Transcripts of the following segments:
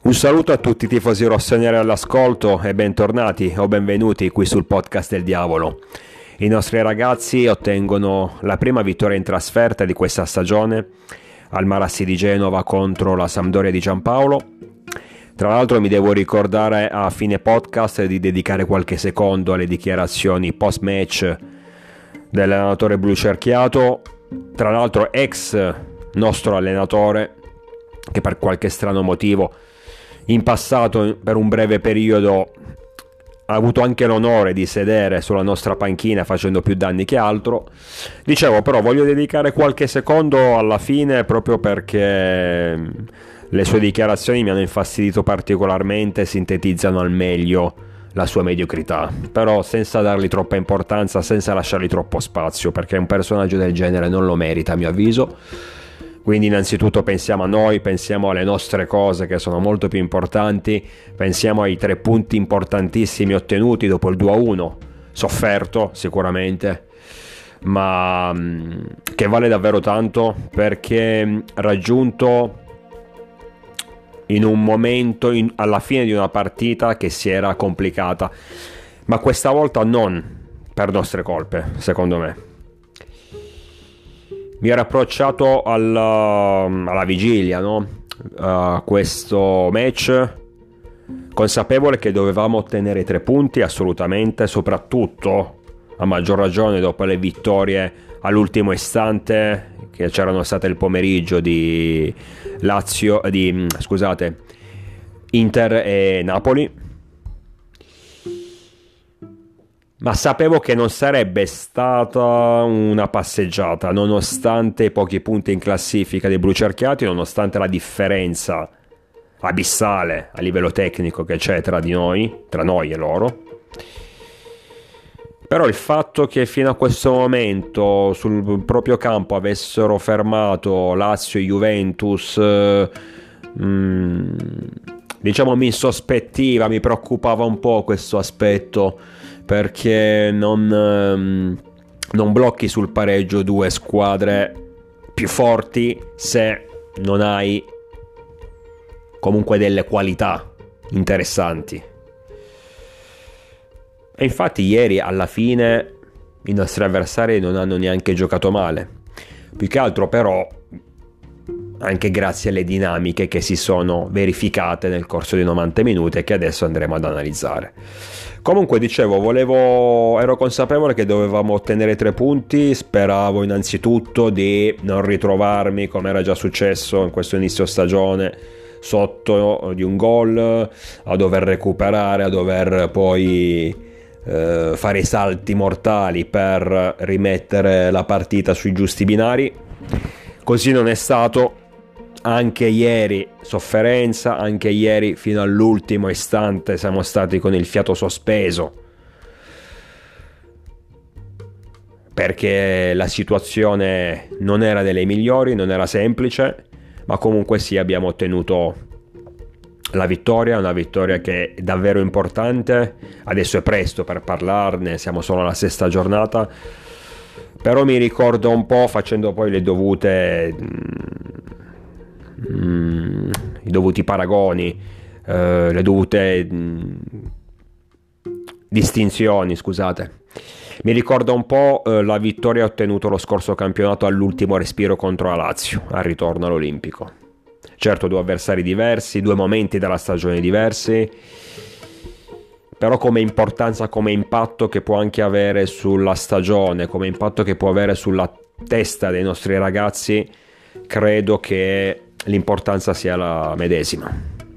Un saluto a tutti i tifosi rossoneri all'ascolto e bentornati o benvenuti qui sul podcast del diavolo. I nostri ragazzi ottengono la prima vittoria in trasferta di questa stagione al Marassi di Genova contro la Sampdoria di Giampaolo. Tra l'altro mi devo ricordare a fine podcast di dedicare qualche secondo alle dichiarazioni post match dell'allenatore blu cerchiato, tra l'altro ex nostro allenatore, che per qualche strano motivo in passato per un breve periodo ha avuto anche l'onore di sedere sulla nostra panchina facendo più danni che altro. Dicevo, però voglio dedicare qualche secondo alla fine proprio perché le sue dichiarazioni mi hanno infastidito particolarmente e sintetizzano al meglio la sua mediocrità, però senza dargli troppa importanza, senza lasciargli troppo spazio, perché un personaggio del genere non lo merita a mio avviso. Quindi innanzitutto pensiamo a noi, pensiamo alle nostre cose che sono molto più importanti, pensiamo ai 3 punti importantissimi ottenuti dopo il 2-1, sofferto sicuramente, ma che vale davvero tanto perché raggiunto in un momento, alla fine di una partita che si era complicata, ma questa volta non per nostre colpe, secondo me. Mi ero approcciato alla vigilia, no? Questo match consapevole che dovevamo ottenere 3 punti assolutamente, soprattutto a maggior ragione dopo le vittorie all'ultimo istante che c'erano state il pomeriggio di Inter e Napoli. Ma sapevo che non sarebbe stata una passeggiata, nonostante i pochi punti in classifica dei blu cerchiati, nonostante la differenza abissale a livello tecnico che c'è tra noi e loro. Però il fatto che fino a questo momento sul proprio campo avessero fermato Lazio e Juventus, diciamo mi insospettiva, mi preoccupava un po' questo aspetto, perché non blocchi sul pareggio 2 squadre più forti se non hai comunque delle qualità interessanti. E infatti ieri alla fine i nostri avversari non hanno neanche giocato male, più che altro però anche grazie alle dinamiche che si sono verificate nel corso di 90 minuti e che adesso andremo ad analizzare. Comunque dicevo, ero consapevole che dovevamo ottenere 3 punti, speravo innanzitutto di non ritrovarmi come era già successo in questo inizio stagione sotto di un gol, a dover recuperare, a dover poi fare i salti mortali per rimettere la partita sui giusti binari. Così non è stato. Anche ieri sofferenza, anche ieri fino all'ultimo istante siamo stati con il fiato sospeso, perché la situazione non era delle migliori, non era semplice, ma comunque sì, abbiamo ottenuto la vittoria, una vittoria che è davvero importante. Adesso è presto per parlarne, siamo solo alla 6ª giornata, però mi ricordo un po', facendo poi i dovuti paragoni, le dovute distinzioni, scusate. Mi ricorda un po' la vittoria ottenuta lo scorso campionato all'ultimo respiro contro la Lazio, al ritorno all'Olimpico. Certo, 2 avversari diversi, 2 momenti della stagione diversi, però come importanza, come impatto che può anche avere sulla stagione, come impatto che può avere sulla testa dei nostri ragazzi, credo che l'importanza sia la medesima.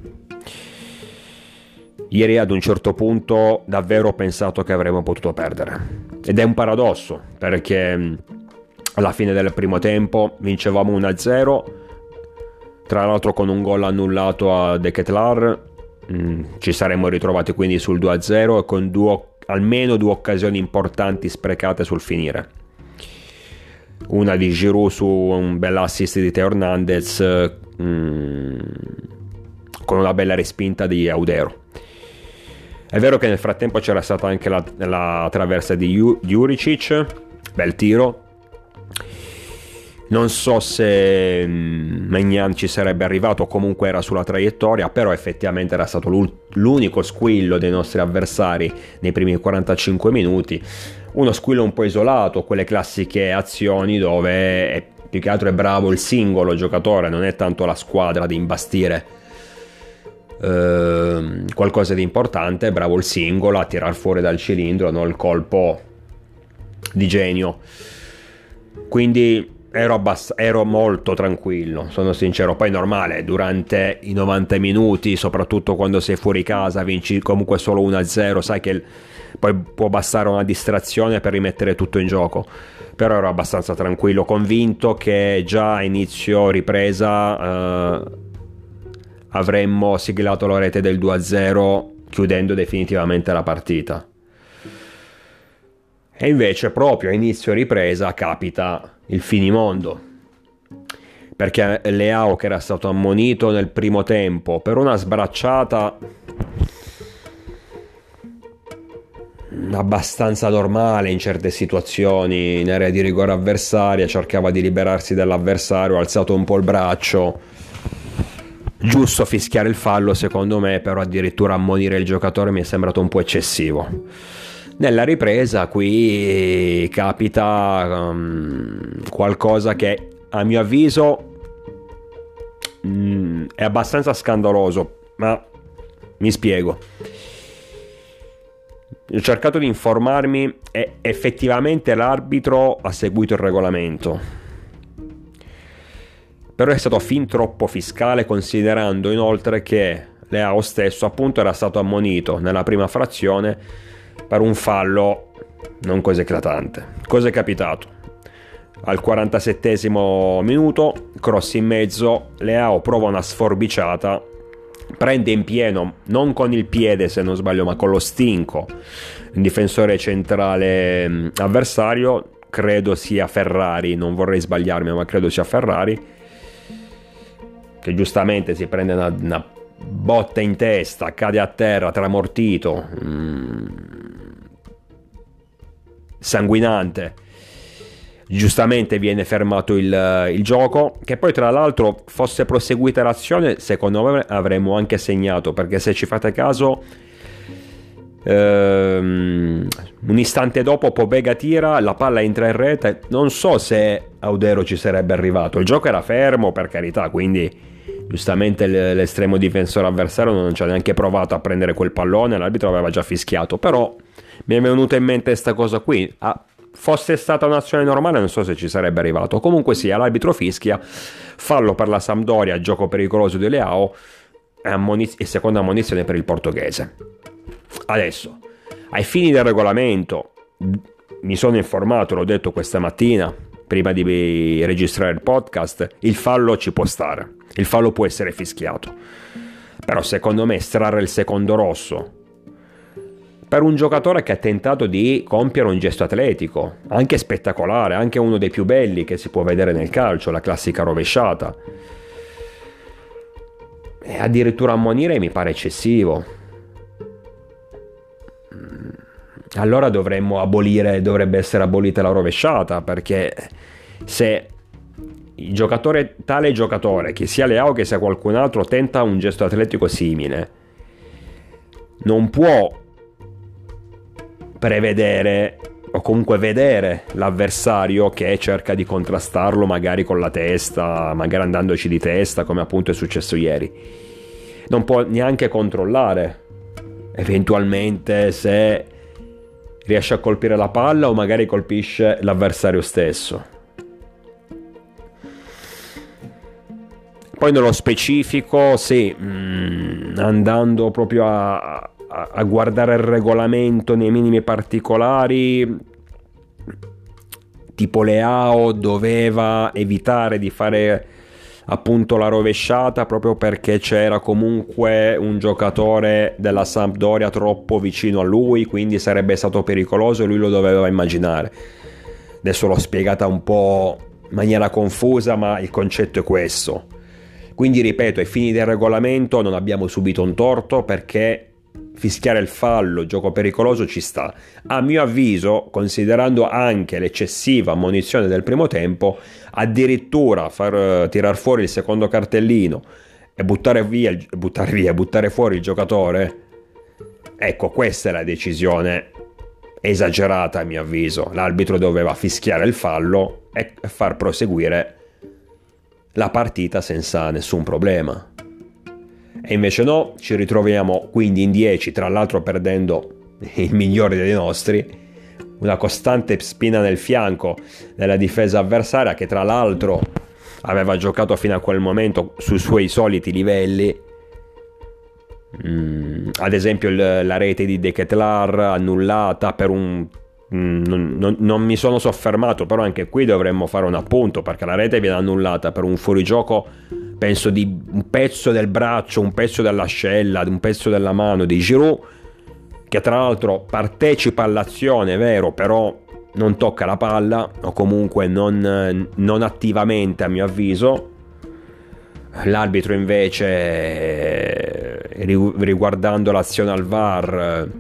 Ieri ad un certo punto davvero ho pensato che avremmo potuto perdere, ed è un paradosso perché alla fine del primo tempo vincevamo 1-0, tra l'altro con un gol annullato a De Ketelaere, ci saremmo ritrovati quindi sul 2-0 e con almeno 2 occasioni importanti sprecate sul finire. Una di Giroud su un bel assist di Teo Hernandez, con una bella respinta di Audero. È vero che nel frattempo c'era stata anche la traversa di Juricic, bel tiro, Non so se Maignan ci sarebbe arrivato, comunque era sulla traiettoria, però effettivamente era stato l'unico squillo dei nostri avversari nei primi 45 minuti. Uno squillo un po' isolato, quelle classiche azioni dove più che altro è bravo il singolo giocatore, non è tanto la squadra di imbastire qualcosa di importante, è bravo il singolo a tirar fuori dal cilindro, no? Il colpo di genio. Quindi ero molto tranquillo, sono sincero. Poi è normale, durante i 90 minuti, soprattutto quando sei fuori casa, vinci comunque solo 1-0, sai che poi può bastare una distrazione per rimettere tutto in gioco. Però ero abbastanza tranquillo, convinto che già a inizio ripresa avremmo siglato la rete del 2-0, chiudendo definitivamente la partita. E invece proprio a inizio ripresa capita il finimondo, perché Leao, che era stato ammonito nel primo tempo per una sbracciata abbastanza normale in certe situazioni in area di rigore avversaria, cercava di liberarsi dall'avversario, ha alzato un po' il braccio, giusto fischiare il fallo secondo me, però addirittura ammonire il giocatore mi è sembrato un po' eccessivo. Nella ripresa qui capita qualcosa che a mio avviso è abbastanza scandaloso, ma mi spiego. Ho cercato di informarmi e effettivamente l'arbitro ha seguito il regolamento, però è stato fin troppo fiscale, considerando inoltre che Leao stesso appunto era stato ammonito nella prima frazione per un fallo non così eclatante. Cosa è capitato? Al 47esimo minuto, cross in mezzo, Leao prova una sforbiciata, prende in pieno, non con il piede se non sbaglio, ma con lo stinco, il difensore centrale avversario, credo sia Ferrari, non vorrei sbagliarmi, ma credo sia Ferrari, che giustamente si prende una botta in testa, cade a terra tramortito, sanguinante. Giustamente viene fermato il gioco, che poi tra l'altro fosse proseguita l'azione secondo me avremmo anche segnato, perché se ci fate caso un istante dopo Pobega tira, la palla entra in rete, non so se Audero ci sarebbe arrivato, il gioco era fermo per carità, quindi giustamente l'estremo difensore avversario non ci ha neanche provato a prendere quel pallone, l'arbitro aveva già fischiato, però mi è venuta in mente questa cosa qui. Fosse stata un'azione normale non so se ci sarebbe arrivato. Comunque sia, l'arbitro fischia, fallo per la Sampdoria, gioco pericoloso di Leao e seconda ammonizione per il portoghese. Adesso, ai fini del regolamento, mi sono informato, l'ho detto questa mattina prima di registrare il podcast, il fallo ci può stare, il fallo può essere fischiato, però secondo me estrarre il secondo rosso per un giocatore che ha tentato di compiere un gesto atletico, anche spettacolare, anche uno dei più belli che si può vedere nel calcio, la classica rovesciata, e addirittura ammonire mi pare eccessivo. Allora dovrebbe essere abolita la rovesciata, perché se tale giocatore, che sia Leao che sia qualcun altro, tenta un gesto atletico simile, non può prevedere o comunque vedere l'avversario che cerca di contrastarlo magari con la testa, magari andandoci di testa, come appunto è successo ieri. Non può neanche controllare eventualmente se riesce a colpire la palla o magari colpisce l'avversario stesso. Poi nello specifico, sì, andando proprio a guardare il regolamento nei minimi particolari, tipo Leao doveva evitare di fare appunto la rovesciata proprio perché c'era comunque un giocatore della Sampdoria troppo vicino a lui, quindi sarebbe stato pericoloso e lui lo doveva immaginare. Adesso l'ho spiegata un po' in maniera confusa, ma il concetto è questo. Quindi ripeto, ai fini del regolamento non abbiamo subito un torto, perché fischiare il fallo, gioco pericoloso, ci sta. A mio avviso, considerando anche l'eccessiva ammonizione del primo tempo, addirittura tirar fuori il secondo cartellino e buttare fuori il giocatore, ecco, questa è la decisione esagerata a mio avviso. L'arbitro doveva fischiare il fallo e far proseguire la partita senza nessun problema. E invece no, ci ritroviamo quindi in 10, tra l'altro perdendo il migliore dei nostri, una costante spina nel fianco della difesa avversaria, che tra l'altro aveva giocato fino a quel momento sui suoi soliti livelli. Ad esempio la rete di De Ketelaere annullata per non mi sono soffermato, però anche qui dovremmo fare un appunto, perché la rete viene annullata per un fuorigioco, penso di un pezzo del braccio, un pezzo dell'ascella, un pezzo della mano di Giroud, che tra l'altro partecipa all'azione, è vero, però non tocca la palla, o comunque non attivamente a mio avviso. L'arbitro invece, riguardando l'azione al VAR,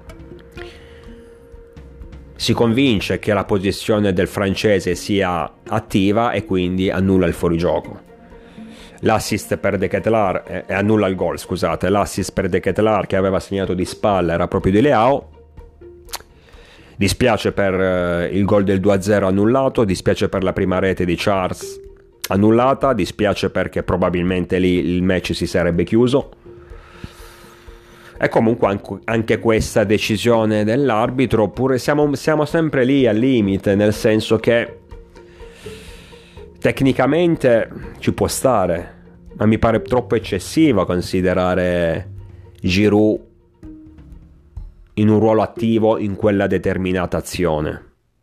si convince che la posizione del francese sia attiva e quindi annulla il fuorigioco. L'assist per De Ketelaere, annulla il gol, scusate. L'assist per De Ketelaere, che aveva segnato di spalla, era proprio di Leao. Dispiace per il gol del 2-0 annullato, dispiace per la prima rete di Charles annullata, dispiace perché probabilmente lì il match si sarebbe chiuso. E comunque anche questa decisione dell'arbitro, pure siamo sempre lì al limite, nel senso che tecnicamente ci può stare, ma mi pare troppo eccessiva considerare Giroud in un ruolo attivo in quella determinata azione.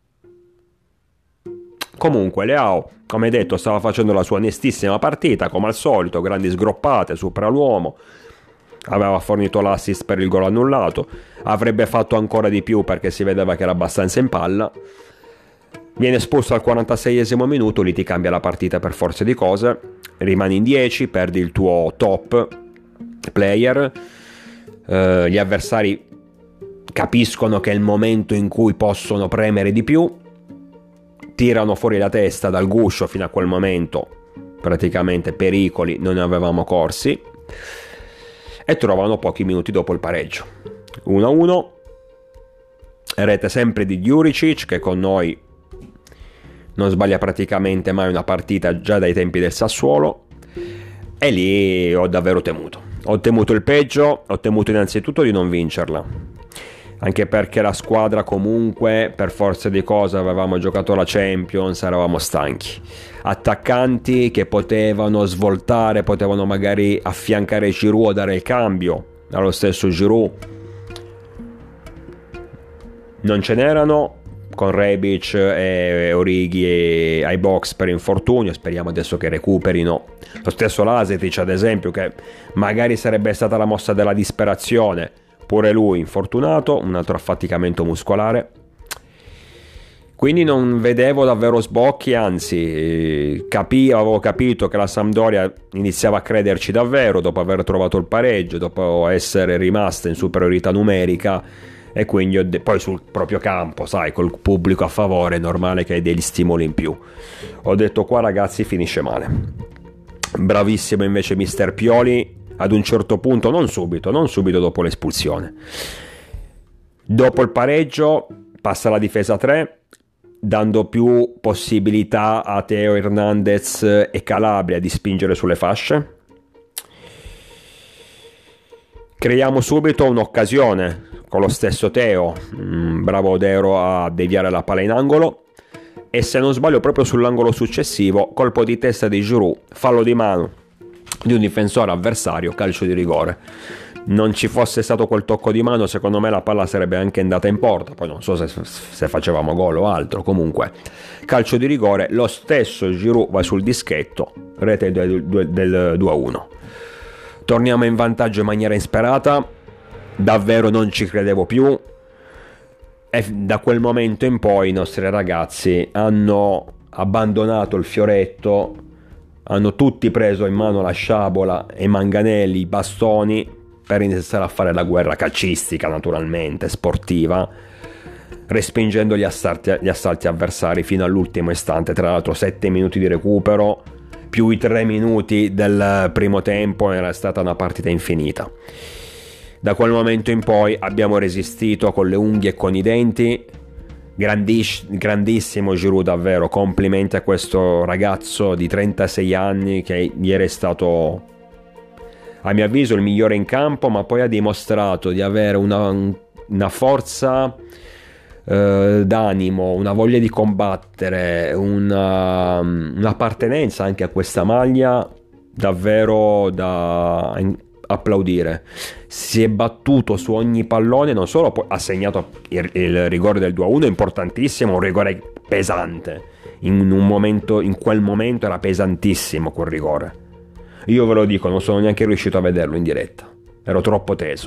Comunque Leao, come detto, stava facendo la sua onestissima partita, come al solito, grandi sgroppate, supera l'uomo, aveva fornito l'assist per il gol annullato, avrebbe fatto ancora di più perché si vedeva che era abbastanza in palla. Viene espulso al 46esimo minuto, lì ti cambia la partita per forza di cose, rimani in 10, perdi il tuo top player, gli avversari capiscono che è il momento in cui possono premere di più, tirano fuori la testa dal guscio. Fino a quel momento praticamente pericoli non ne avevamo corsi, e trovano pochi minuti dopo il pareggio. 1-1, rete sempre di Juricic, che con noi non sbaglia praticamente mai una partita già dai tempi del Sassuolo, e lì ho davvero temuto. Ho temuto il peggio, ho temuto innanzitutto di non vincerla, anche perché la squadra comunque, per forza di cose, avevamo giocato la Champions, eravamo stanchi. Attaccanti che potevano svoltare, potevano magari affiancare Giroud o dare il cambio allo stesso Giroud, non ce n'erano, con Rebic e Origi ai box per infortunio. Speriamo adesso che recuperino. Lo stesso Lazetic, ad esempio, che magari sarebbe stata la mossa della disperazione, pure lui infortunato, un altro affaticamento muscolare. Quindi non vedevo davvero sbocchi, anzi avevo capito che la Sampdoria iniziava a crederci davvero dopo aver trovato il pareggio, dopo essere rimasta in superiorità numerica, e quindi poi sul proprio campo, sai, col pubblico a favore, è normale che hai degli stimoli in più. Ho detto, qua ragazzi finisce male. Bravissimo invece mister Pioli ad un certo punto, non subito dopo l'espulsione. Dopo il pareggio passa la difesa 3, dando più possibilità a Theo Hernandez e Calabria di spingere sulle fasce. Creiamo subito un'occasione con lo stesso Theo, bravo Odero a deviare la palla in angolo, e se non sbaglio proprio sull'angolo successivo, colpo di testa di Giroud, fallo di mano di un difensore avversario, calcio di rigore. Non ci fosse stato quel tocco di mano, secondo me la palla sarebbe anche andata in porta, poi non so se facevamo gol o altro. Comunque calcio di rigore, lo stesso Giroud va sul dischetto, rete del 2-1. Torniamo in vantaggio in maniera insperata, davvero non ci credevo più, e da quel momento in poi i nostri ragazzi hanno abbandonato il fioretto, hanno tutti preso in mano la sciabola e i manganelli, i bastoni, per iniziare a fare la guerra calcistica, naturalmente, sportiva, respingendo gli assalti avversari fino all'ultimo istante. Tra l'altro 7 minuti di recupero più i 3 minuti del primo tempo, era stata una partita infinita. Da quel momento in poi abbiamo resistito con le unghie e con i denti. Grandissimo Giroud, davvero, complimenti a questo ragazzo di 36 anni che ieri è stato, a mio avviso, il migliore in campo, ma poi ha dimostrato di avere una forza d'animo, una voglia di combattere, un'appartenenza anche a questa maglia davvero da applaudire. Si è battuto su ogni pallone, non solo ha segnato il rigore del 2-1, importantissimo, un rigore pesante. In quel momento era pesantissimo quel rigore. Io ve lo dico, non sono neanche riuscito a vederlo in diretta, ero troppo teso.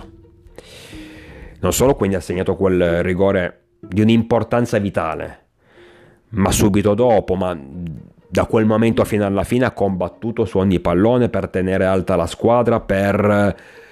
Non solo quindi ha segnato quel rigore di un'importanza vitale, ma subito dopo, ma da quel momento fino alla fine ha combattuto su ogni pallone per tenere alta la squadra, per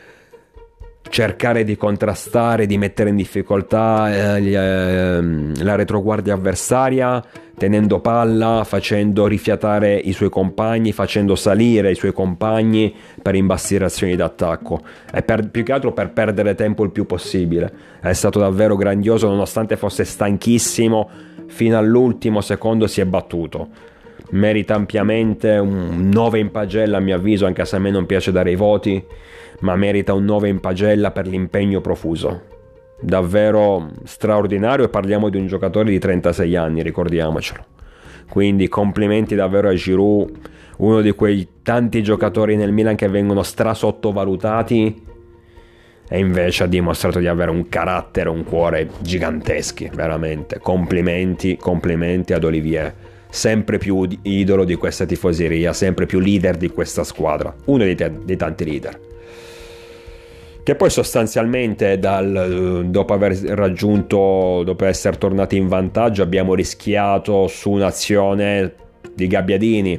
cercare di contrastare, di mettere in difficoltà la retroguardia avversaria, tenendo palla, facendo rifiatare i suoi compagni, facendo salire i suoi compagni per imbastire azioni d'attacco e più che altro per perdere tempo il più possibile. È stato davvero grandioso, nonostante fosse stanchissimo, fino all'ultimo secondo si è battuto. Merita ampiamente un 9 in pagella, a mio avviso, anche se a me non piace dare i voti, ma merita un 9 in pagella per l'impegno profuso. Davvero straordinario, e parliamo di un giocatore di 36 anni, ricordiamocelo. Quindi complimenti davvero a Giroud, uno di quei tanti giocatori nel Milan che vengono sottovalutati e invece ha dimostrato di avere un carattere, un cuore giganteschi, veramente. Complimenti ad Olivier, sempre più idolo di questa tifoseria, sempre più leader di questa squadra, uno dei tanti leader. Che poi sostanzialmente dopo essere tornati in vantaggio, abbiamo rischiato su un'azione di Gabbiadini,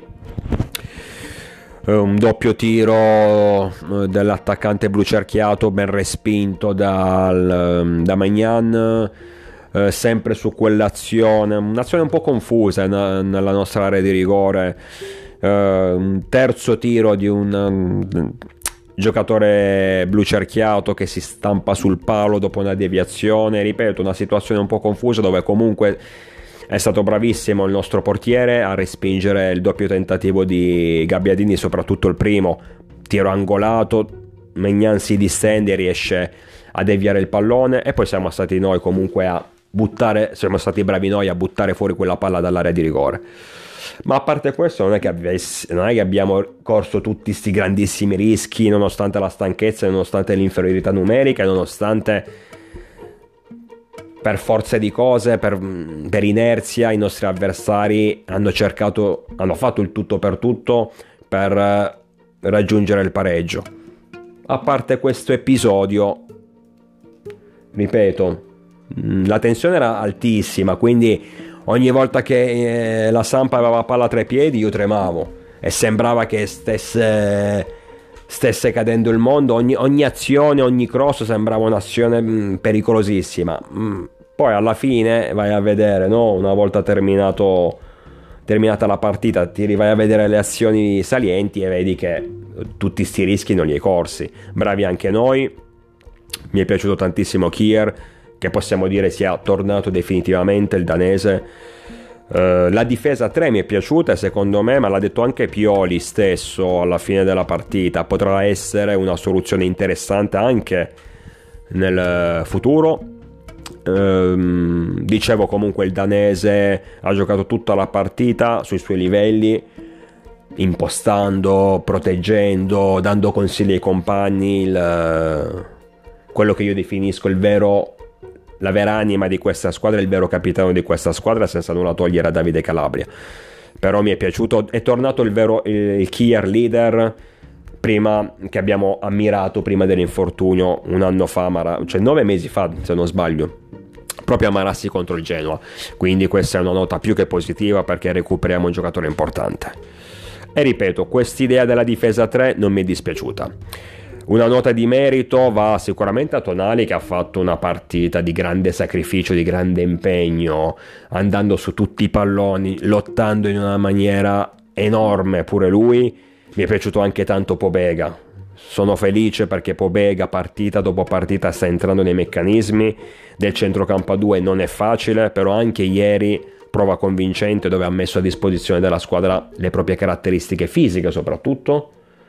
un doppio tiro dell'attaccante blu cerchiato ben respinto da Maignan, sempre su quell'azione, un'azione un po' confusa nella nostra area di rigore, un terzo tiro di un giocatore blu cerchiato che si stampa sul palo dopo una deviazione. Ripeto, una situazione un po' confusa dove comunque è stato bravissimo il nostro portiere a respingere il doppio tentativo di Gabbiadini, soprattutto il primo tiro angolato. Maignan si distende e riesce a deviare il pallone, e poi siamo stati noi comunque siamo stati bravi noi a buttare fuori quella palla dall'area di rigore. Ma a parte questo non è che abbiamo corso tutti sti grandissimi rischi, nonostante la stanchezza, nonostante l'inferiorità numerica, nonostante per forza di cose, per inerzia, i nostri avversari hanno fatto il tutto per tutto per raggiungere il pareggio. A parte questo episodio, ripeto, la tensione era altissima, quindi ogni volta che la Samp aveva palla tra i piedi io tremavo e sembrava che stesse cadendo il mondo. Ogni azione, ogni cross sembrava un'azione pericolosissima. Poi alla fine vai a vedere, no? Una volta terminata la partita, vai a vedere le azioni salienti e vedi che tutti sti rischi non li hai corsi. Bravi anche noi. Mi è piaciuto tantissimo Kier, che possiamo dire sia tornato definitivamente, il danese. La difesa 3 mi è piaciuta secondo me, ma l'ha detto anche Pioli stesso alla fine della partita, potrà essere una soluzione interessante anche nel futuro. Dicevo, comunque il danese ha giocato tutta la partita sui suoi livelli, impostando, proteggendo, dando consigli ai compagni, quello che io definisco la vera anima di questa squadra, il vero capitano di questa squadra, senza nulla togliere a Davide Calabria. Però mi è piaciuto, è tornato il Kier leader che abbiamo ammirato prima dell'infortunio un anno fa, cioè 9 mesi fa se non sbaglio, proprio a Marassi contro il Genoa. Quindi questa è una nota più che positiva, perché recuperiamo un giocatore importante. E ripeto, quest'idea della difesa 3 non mi è dispiaciuta. Una nota di merito va sicuramente a Tonali, che ha fatto una partita di grande sacrificio, di grande impegno, andando su tutti i palloni, lottando in una maniera enorme pure lui. Mi è piaciuto anche tanto Pobega. Sono felice perché Pobega partita dopo partita sta entrando nei meccanismi del centrocampo a 2, non è facile, però anche ieri prova convincente, dove ha messo a disposizione della squadra le proprie caratteristiche fisiche soprattutto.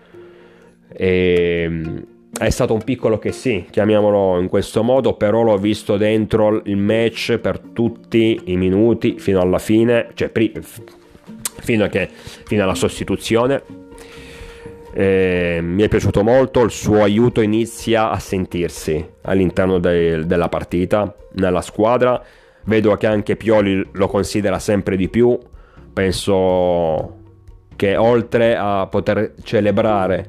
E è stato un piccolo che sì, chiamiamolo in questo modo, però l'ho visto dentro il match per tutti i minuti fino alla fine, cioè fino alla sostituzione. Mi è piaciuto molto, il suo aiuto inizia a sentirsi all'interno della partita, nella squadra. Vedo che anche Pioli lo considera sempre di più. Penso che oltre a poter celebrare,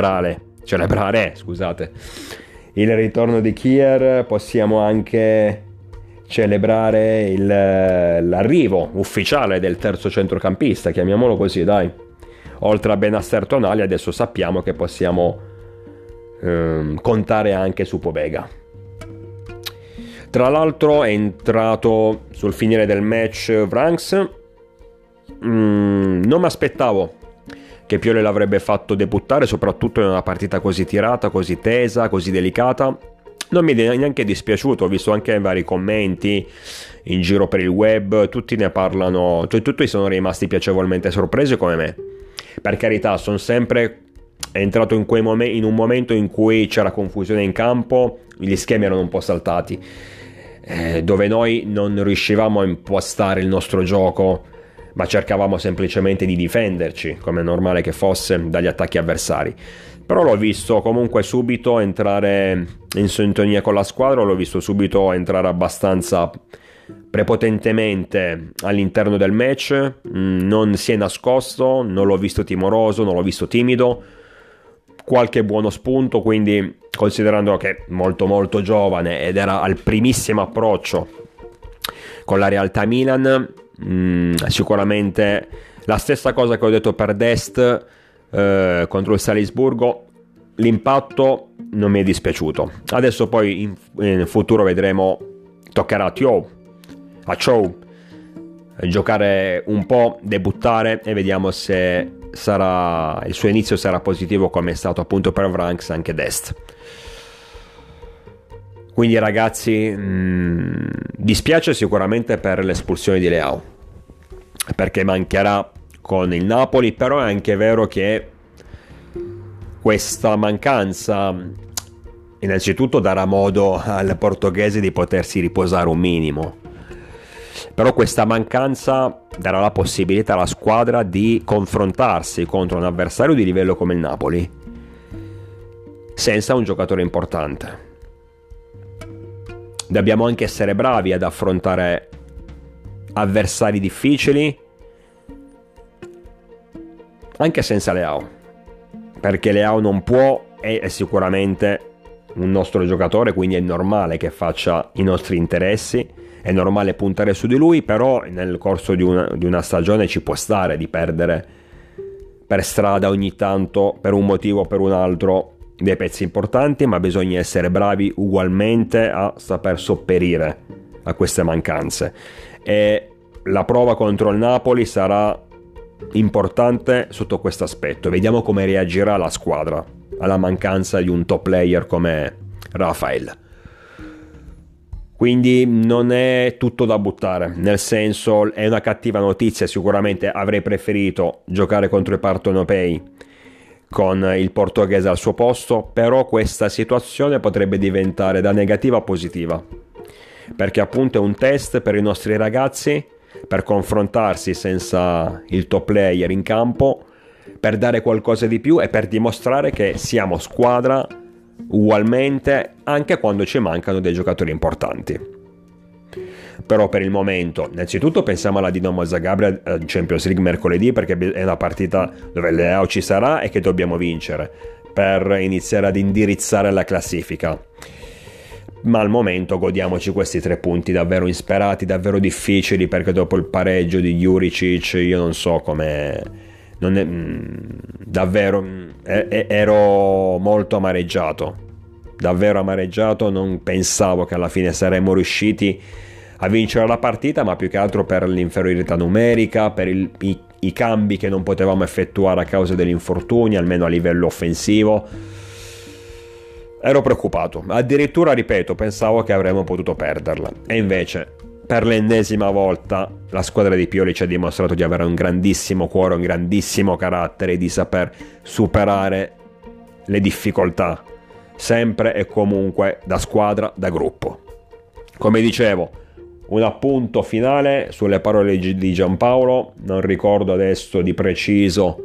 scusate, il ritorno di Kier, possiamo anche celebrare l'arrivo ufficiale del terzo centrocampista, chiamiamolo così, dai. Oltre a Benasser Tonali, adesso sappiamo che possiamo contare anche su Pobega. Tra l'altro è entrato sul finire del match Vranks. Non mi aspettavo che Pioli l'avrebbe fatto debuttare, soprattutto in una partita così tirata, così tesa, così delicata. Non mi è neanche dispiaciuto, ho visto anche vari commenti in giro per il web, tutti ne parlano, cioè tutti sono rimasti piacevolmente sorpresi come me. Per carità, sono sempre entrato in un momento in cui c'era confusione in campo, gli schemi erano un po' saltati, dove noi non riuscivamo a impostare il nostro gioco, ma cercavamo semplicemente di difenderci, come è normale che fosse, dagli attacchi avversari. Però l'ho visto comunque subito entrare in sintonia con la squadra, l'ho visto subito entrare abbastanza prepotentemente all'interno del match, non si è nascosto, non l'ho visto timoroso, non l'ho visto timido, qualche buono spunto, quindi considerando che è molto molto giovane ed era al primissimo approccio con la realtà Milan, sicuramente la stessa cosa che ho detto per Dest contro il Salisburgo, l'impatto non mi è dispiaciuto. Adesso poi in futuro vedremo, toccherà a Chow giocare un po', debuttare, e vediamo se il suo inizio sarà positivo come è stato appunto per Vranks anche Dest. Quindi ragazzi, dispiace sicuramente per l'espulsione di Leao, perché mancherà con il Napoli, però è anche vero che questa mancanza innanzitutto darà modo al portoghese di potersi riposare un minimo, però questa mancanza darà la possibilità alla squadra di confrontarsi contro un avversario di livello come il Napoli senza un giocatore importante. Dobbiamo anche essere bravi ad affrontare avversari difficili anche senza Leao, perché Leao non può, è sicuramente un nostro giocatore, quindi è normale che faccia i nostri interessi, è normale puntare su di lui, però nel corso di una stagione ci può stare di perdere per strada ogni tanto, per un motivo o per un altro, dei pezzi importanti, ma bisogna essere bravi ugualmente a saper sopperire a queste mancanze, e la prova contro il Napoli sarà importante sotto questo aspetto. Vediamo come reagirà la squadra alla mancanza di un top player come Rafael. Quindi non è tutto da buttare, nel senso, è una cattiva notizia, sicuramente avrei preferito giocare contro i partenopei con il portoghese al suo posto, però questa situazione potrebbe diventare da negativa a positiva, perché appunto è un test per i nostri ragazzi per confrontarsi senza il top player in campo, per dare qualcosa di più e per dimostrare che siamo squadra ugualmente anche quando ci mancano dei giocatori importanti. Però per il momento innanzitutto pensiamo alla Dinamo Zagreb Champions League mercoledì, perché è una partita dove Leao ci sarà e che dobbiamo vincere per iniziare ad indirizzare la classifica. Ma al momento godiamoci questi 3 punti davvero insperati, davvero difficili, perché dopo il pareggio di Juricic io non so come davvero ero molto amareggiato, davvero amareggiato. Non pensavo che alla fine saremmo riusciti a vincere la partita, ma più che altro per l'inferiorità numerica, per i cambi che non potevamo effettuare a causa degli infortuni, almeno a livello offensivo. Ero preoccupato, addirittura, ripeto, pensavo che avremmo potuto perderla, e invece per l'ennesima volta la squadra di Pioli ci ha dimostrato di avere un grandissimo cuore, un grandissimo carattere, di saper superare le difficoltà, sempre e comunque, da squadra, da gruppo. Come dicevo, un appunto finale sulle parole di Giampaolo, non ricordo adesso di preciso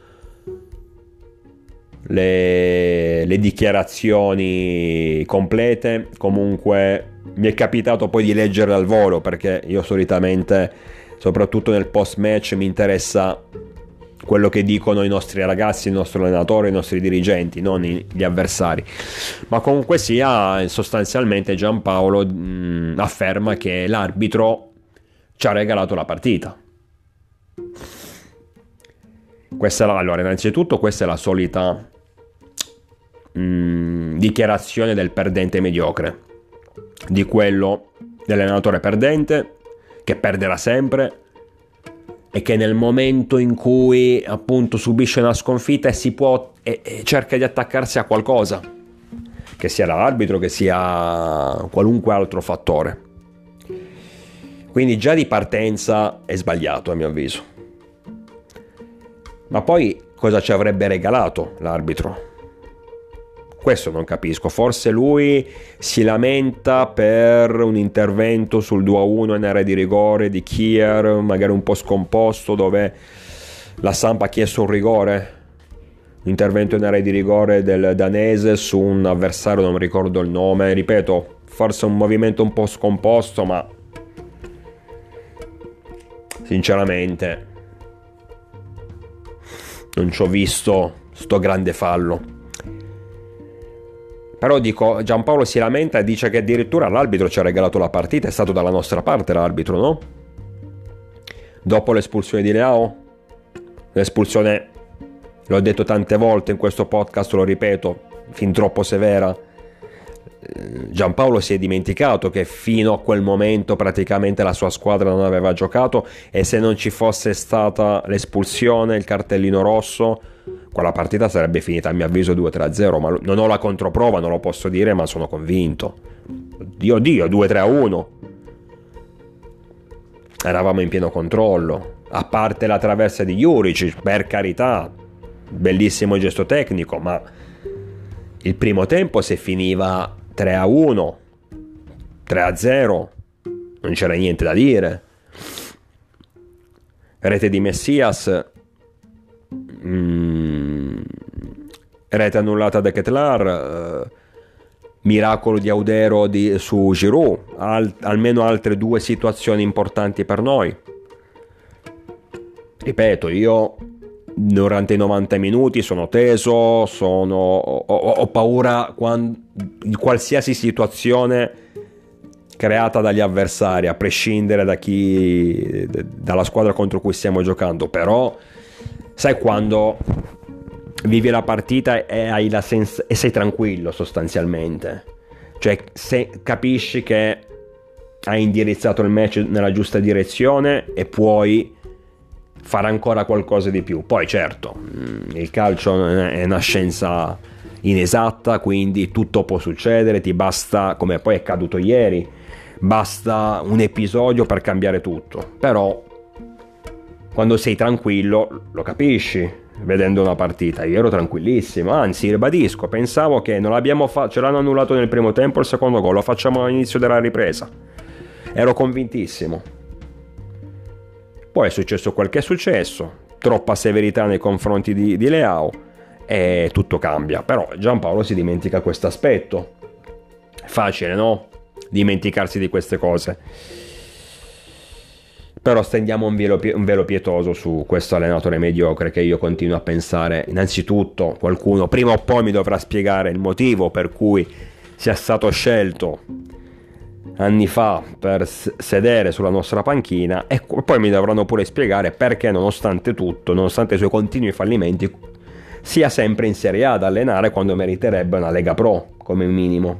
le dichiarazioni complete. Comunque mi è capitato poi di leggere al volo, perché io solitamente, soprattutto nel post match, mi interessa quello che dicono i nostri ragazzi, il nostro allenatore, i nostri dirigenti, non gli avversari. Ma comunque sia, sostanzialmente Giampaolo afferma che l'arbitro ci ha regalato la partita. Allora, innanzitutto questa è la solita dichiarazione del perdente mediocre, di quello dell'allenatore perdente che perderà sempre e che nel momento in cui appunto subisce una sconfitta e cerca di attaccarsi a qualcosa, che sia l'arbitro, che sia qualunque altro fattore. Quindi già di partenza è sbagliato, a mio avviso. Ma poi cosa ci avrebbe regalato l'arbitro? Questo non capisco. Forse lui si lamenta per un intervento sul 2-1 in area di rigore di Kier, magari un po' scomposto, dove la Samp ha chiesto un rigore, un intervento in area di rigore del danese su un avversario, non mi ricordo il nome, ripeto, forse un movimento un po' scomposto, ma sinceramente non ci ho visto sto grande fallo. Però dico, Giampaolo si lamenta e dice che addirittura l'arbitro ci ha regalato la partita, è stato dalla nostra parte l'arbitro, no? Dopo l'espulsione di Leao, l'espulsione, l'ho detto tante volte in questo podcast, lo ripeto, fin troppo severa. Giampaolo si è dimenticato che fino a quel momento praticamente la sua squadra non aveva giocato, e se non ci fosse stata l'espulsione, il cartellino rosso, quella partita sarebbe finita a mio avviso 2-3-0, ma non ho la controprova, non lo posso dire, ma sono convinto. Dio, 2-3-1. Eravamo in pieno controllo, a parte la traversa di Juric, per carità, bellissimo gesto tecnico, ma il primo tempo, se finiva 3-1, 3-0, non c'era niente da dire. Rete di Messias, rete annullata da Ketlar, miracolo di Audero su Giroud, almeno altre due situazioni importanti per noi. Ripeto, io durante i 90 minuti sono teso, ho paura di qualsiasi situazione creata dagli avversari, a prescindere dalla squadra contro cui stiamo giocando. Però sai quando vivi la partita e sei tranquillo sostanzialmente, cioè se capisci che hai indirizzato il match nella giusta direzione e puoi fare ancora qualcosa di più. Poi certo, il calcio è una scienza inesatta, quindi tutto può succedere, ti basta, come poi è accaduto ieri, basta un episodio per cambiare tutto. Però quando sei tranquillo lo capisci vedendo una partita. Io ero tranquillissimo, anzi ribadisco, pensavo che non l'abbiamo ce l'hanno annullato nel primo tempo, il secondo gol lo facciamo all'inizio della ripresa, ero convintissimo. Poi è successo quel che è successo, troppa severità nei confronti di Leao e tutto cambia. Però Giampaolo si dimentica questo aspetto. È facile, no? Dimenticarsi di queste cose. Però stendiamo un velo pietoso su questo allenatore mediocre, che io continuo a pensare, innanzitutto qualcuno prima o poi mi dovrà spiegare il motivo per cui sia stato scelto anni fa per sedere sulla nostra panchina, e poi mi dovranno pure spiegare perché nonostante tutto, nonostante i suoi continui fallimenti, sia sempre in Serie A ad allenare quando meriterebbe una Lega Pro come minimo.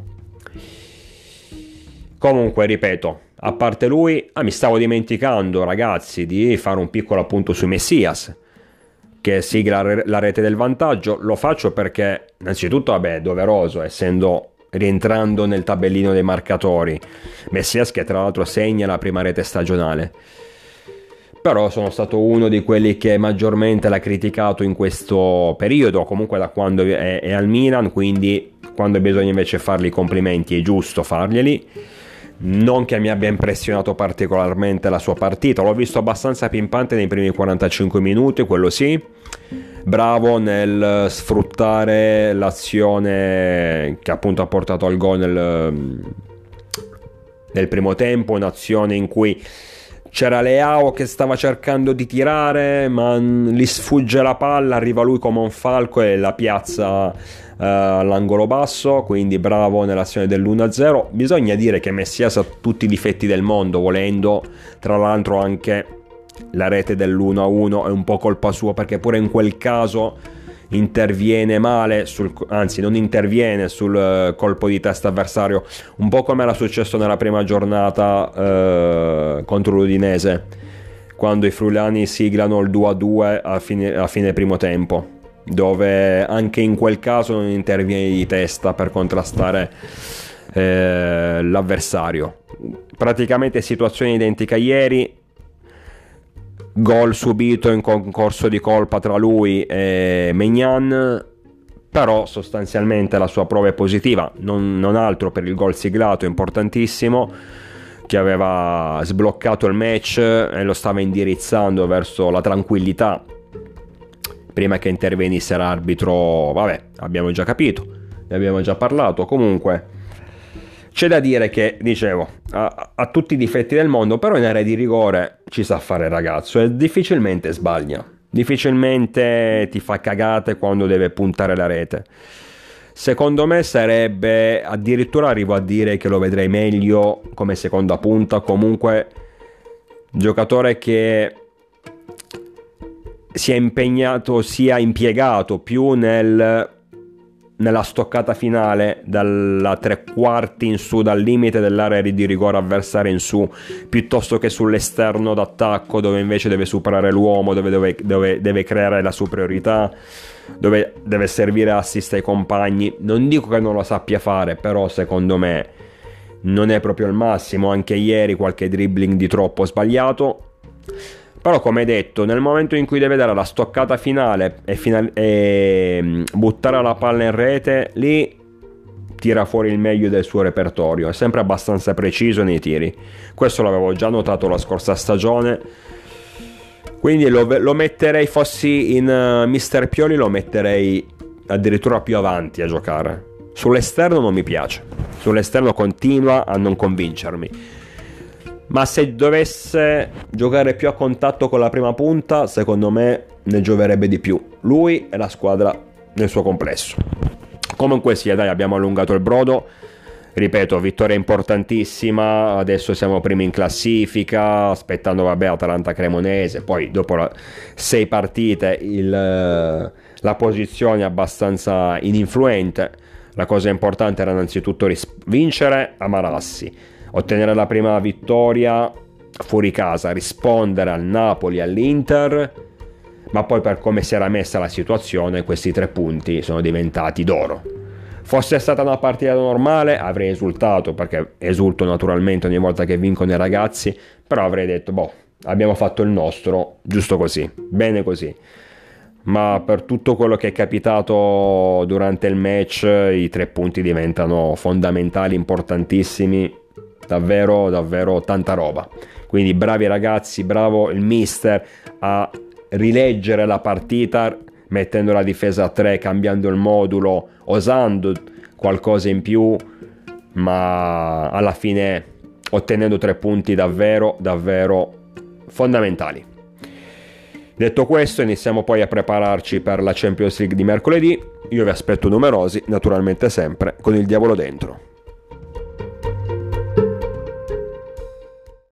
Comunque, ripeto, a parte lui, mi stavo dimenticando, ragazzi, di fare un piccolo appunto su Messias, che sigla la rete del vantaggio. Lo faccio perché innanzitutto, vabbè, è doveroso, rientrando nel tabellino dei marcatori. Messias che tra l'altro segna la prima rete stagionale. Però sono stato uno di quelli che maggiormente l'ha criticato in questo periodo, comunque da quando è al Milan, quindi quando bisogna invece fargli i complimenti è giusto farglieli. Non che mi abbia impressionato particolarmente la sua partita, l'ho visto abbastanza pimpante nei primi 45 minuti, quello sì. Bravo nel sfruttare l'azione che appunto ha portato al gol nel primo tempo, un'azione in cui c'era Leao che stava cercando di tirare, ma gli sfugge la palla, arriva lui come un falco e la piazza all'angolo basso, quindi bravo nell'azione dell'1-0. Bisogna dire che Messias ha tutti i difetti del mondo, volendo, tra l'altro anche la rete dell'1-1 è un po' colpa sua, perché pure in quel caso interviene male, anzi non interviene sul colpo di testa avversario, un po' come era successo nella prima giornata contro l'Udinese, quando i friulani siglano il 2-2 a fine primo tempo, dove anche in quel caso non interviene di testa per contrastare l'avversario. Praticamente situazione identica ieri, gol subito in concorso di colpa tra lui e Maignan, però sostanzialmente la sua prova è positiva, non altro per il gol siglato importantissimo che aveva sbloccato il match e lo stava indirizzando verso la tranquillità prima che intervenisse l'arbitro. Vabbè, abbiamo già capito, ne abbiamo già parlato. Comunque c'è da dire che, dicevo, ha tutti i difetti del mondo, però in area di rigore ci sa fare il ragazzo e difficilmente sbaglia, difficilmente ti fa cagate quando deve puntare la rete. Secondo me sarebbe, addirittura arrivo a dire che lo vedrei meglio come seconda punta, comunque giocatore che sia impiegato più nella stoccata finale, dalla tre quarti in su, dal limite dell'area di rigore avversaria in su, piuttosto che sull'esterno d'attacco, dove invece deve superare l'uomo, dove deve creare la superiorità, dove deve servire assist ai compagni. Non dico che non lo sappia fare, però secondo me non è proprio il massimo. Anche ieri qualche dribbling di troppo sbagliato. Però, come detto, nel momento in cui deve dare la stoccata finale e buttare la palla in rete, lì tira fuori il meglio del suo repertorio. È sempre abbastanza preciso nei tiri. Questo l'avevo già notato la scorsa stagione. Quindi lo metterei, fossi in Mister Pioli, lo metterei addirittura più avanti a giocare. Sull'esterno non mi piace. Sull'esterno continua a non convincermi. Ma se dovesse giocare più a contatto con la prima punta, secondo me ne gioverebbe di più lui e la squadra nel suo complesso. Comunque sia, dai, abbiamo allungato il brodo. Ripeto, vittoria importantissima. Adesso siamo primi in classifica, aspettando, vabbè, Atalanta-Cremonese. Poi dopo 6 partite la posizione è abbastanza ininfluente. La cosa importante era innanzitutto vincere a Marassi, ottenere la prima vittoria fuori casa, rispondere al Napoli e all'Inter, ma poi per come si era messa la situazione questi 3 punti sono diventati d'oro. Fosse stata una partita normale avrei esultato, perché esulto naturalmente ogni volta che vincono i ragazzi, però avrei detto, boh, abbiamo fatto il nostro, giusto così, bene così. Ma per tutto quello che è capitato durante il match, i 3 punti diventano fondamentali, importantissimi. Davvero, davvero tanta roba. Quindi bravi ragazzi, bravo il mister a rileggere la partita, mettendo la difesa a 3, cambiando il modulo, osando qualcosa in più, ma alla fine ottenendo 3 punti davvero, davvero fondamentali. Detto questo, iniziamo poi a prepararci per la Champions League di mercoledì. Io vi aspetto numerosi, naturalmente sempre con il diavolo dentro.